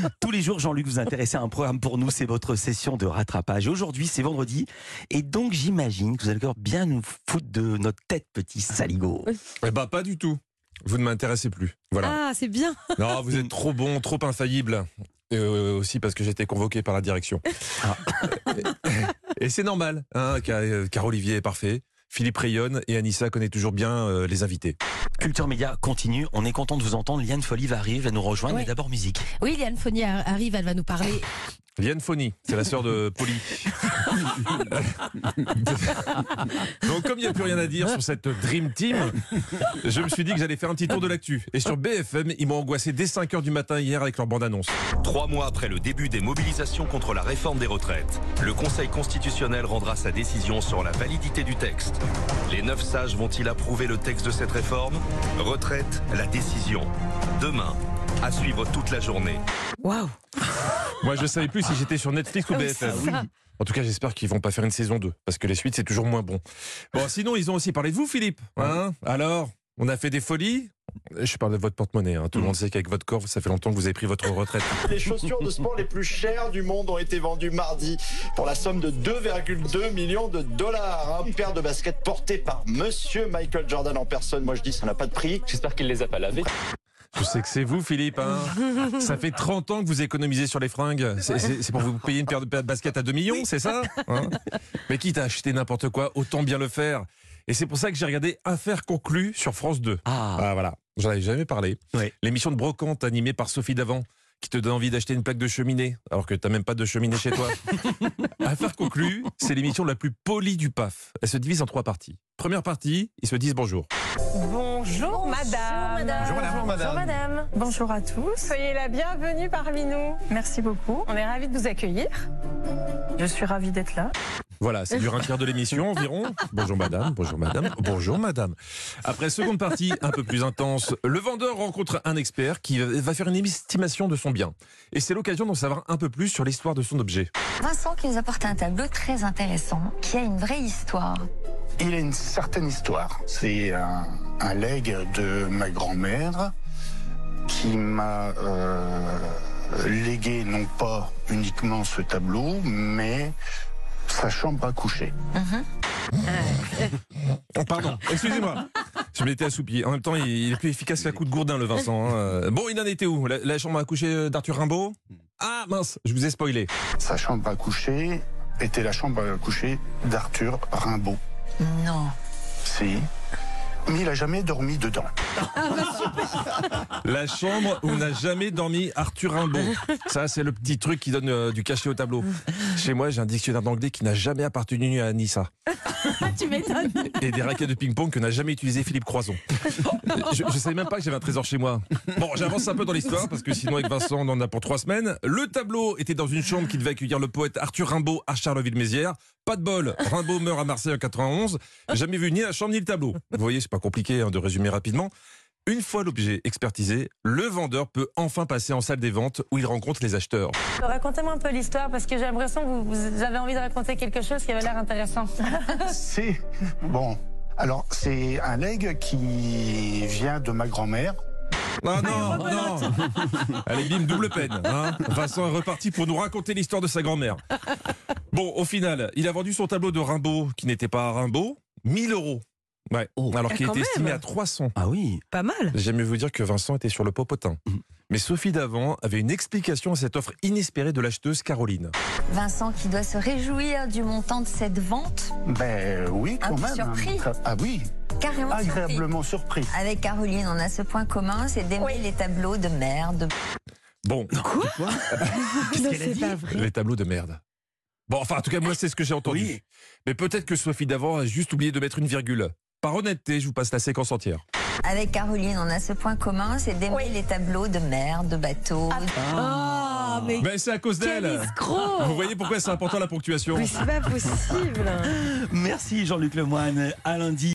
Tous les jours, Jean-Luc, vous intéressez à un programme pour nous, c'est votre session de rattrapage. Aujourd'hui, c'est vendredi, et donc j'imagine que vous allez encore bien nous foutre de notre tête, petit saligo. Eh ben, pas du tout. Vous ne m'intéressez plus. Voilà. Ah, c'est bien. Non, vous êtes trop bon, trop infaillible. Aussi parce que j'ai été convoqué par la direction. Ah. Et c'est normal, hein, car Olivier est parfait. Philippe rayonne et Anissa connaît toujours bien les invités. Culture Média continue, on est content de vous entendre. Liane Folly va arriver, va nous rejoindre, Oui. mais d'abord musique. Oui, Liane Folly arrive, elle va nous parler. Liane Folly, c'est la sœur de Polly. Donc comme il n'y a plus rien à dire sur cette Dream Team, je me suis dit que j'allais faire un petit tour de l'actu. Et sur BFM, ils m'ont angoissé dès 5h du matin hier avec leur bande-annonce. 3 mois après le début des mobilisations contre la réforme des retraites, le Conseil constitutionnel rendra sa décision sur la validité du texte. Les 9 sages vont-ils approuver le texte de cette réforme? Retraite, la décision. Demain, à suivre toute la journée. Waouh. Moi, je ne savais plus si j'étais sur Netflix ou BFM. c'est ça. En tout cas, j'espère qu'ils vont pas faire une saison 2, parce que les suites, c'est toujours moins bon. Bon, sinon, ils ont aussi parlé de vous, Philippe. Hein? Alors, on a fait des folies? Je parle de votre porte-monnaie. Hein. Tout le monde sait qu'avec votre corps, ça fait longtemps que vous avez pris votre retraite. Les chaussures de sport les plus chères du monde ont été vendues mardi pour la somme de 2,2 millions de dollars. Une paire de baskets portée par Monsieur Michael Jordan en personne. Moi, je dis, ça n'a pas de prix. J'espère qu'il les a pas lavés. Je sais que c'est vous, Philippe. Hein. Ça fait 30 ans que vous économisez sur les fringues. C'est pour vous payer une paire de baskets à 2 millions, c'est ça hein? Mais quitte à acheter n'importe quoi, autant bien le faire. Et c'est pour ça que j'ai regardé Affaires conclues sur France 2. Ah voilà, j'en avais jamais parlé. Oui. L'émission de brocante animée par Sophie Davant, qui te donne envie d'acheter une plaque de cheminée, alors que t'as même pas de cheminée chez toi. Affaires conclues, c'est l'émission la plus polie du PAF. Elle se divise en 3 parties. Première partie, ils se disent bonjour. Bonjour madame. Bonjour madame. Bonjour à tous. Soyez la bienvenue parmi nous. Merci beaucoup. On est ravis de vous accueillir. Je suis ravie d'être là. Voilà, ça dure un tiers de l'émission environ. Bonjour madame, bonjour madame, bonjour madame. Après, seconde partie, un peu plus intense, le vendeur rencontre un expert qui va faire une estimation de son bien. Et c'est l'occasion d'en savoir un peu plus sur l'histoire de son objet. Vincent qui nous apporte un tableau très intéressant, qui a une vraie histoire. Il a une certaine histoire. C'est un legs de ma grand-mère qui m'a légué non pas uniquement ce tableau, mais sa chambre à coucher. Oh, pardon, excusez-moi. Je m'étais assoupi. En même temps, il est plus efficace qu'un coup de gourdin, le Vincent. Hein. Bon, il en était où? La chambre à coucher d'Arthur Rimbaud? Ah mince, je vous ai spoilé. Sa chambre à coucher était la chambre à coucher d'Arthur Rimbaud. Non. Si. Mais il n'a jamais dormi dedans. La chambre où n'a jamais dormi Arthur Rimbaud. Ça, c'est le petit truc qui donne du cachet au tableau. Chez moi, j'ai un dictionnaire d'anglais qui n'a jamais appartenu à Anissa. Tu m'étonnes. Et des raquettes de ping-pong que n'a jamais utilisé Philippe Croison. Je ne savais même pas que j'avais un trésor chez moi. Bon, j'avance un peu dans l'histoire parce que sinon, avec Vincent, on en a pour 3 semaines. Le tableau était dans une chambre qui devait accueillir le poète Arthur Rimbaud à Charleville-Mézières. Pas de bol, Rimbaud meurt à Marseille en 91. Jamais vu ni la chambre ni le tableau. Vous voyez, c'est pas compliqué de résumer rapidement. Une fois l'objet expertisé, le vendeur peut enfin passer en salle des ventes où il rencontre les acheteurs. Racontez-moi un peu l'histoire parce que j'ai l'impression que vous avez envie de raconter quelque chose qui avait l'air intéressant. C'est... Bon. Alors, c'est un legs qui vient de ma grand-mère. Ah non, non. Allez, bim, double peine. Hein. Vincent est reparti pour nous raconter l'histoire de sa grand-mère. Bon, au final, il a vendu son tableau de Rimbaud, qui n'était pas Rimbaud, 1000 €. Ouais. Alors qu'il quand était estimé même. à 300. Ah oui. Pas mal. J'aime mieux vous dire que Vincent était sur le popotin. Mais Sophie Davant avait une explication à cette offre inespérée de l'acheteuse Caroline. Vincent qui doit se réjouir du montant de cette vente. Ben oui, quand Un peu même. surpris. Ah oui, Carrément surpris. agréablement surpris. Avec Caroline, on a ce point commun, c'est d'aimer les tableaux de merde. Bon, Non, c'est pas vrai. les tableaux de merde. Bon, enfin, en tout cas, moi, c'est ce que j'ai entendu. Oui. Mais peut-être que Sophie Davant a juste oublié de mettre une virgule. Par honnêteté, je vous passe la séquence entière. Avec Caroline, on a ce point commun, c'est d'aimer les tableaux de merde, de bateaux. Ah, mais Mais c'est à cause quel d'elle. escroc. Vous voyez pourquoi c'est important la ponctuation? Mais c'est pas possible. Merci Jean-Luc Lemoyne. À lundi.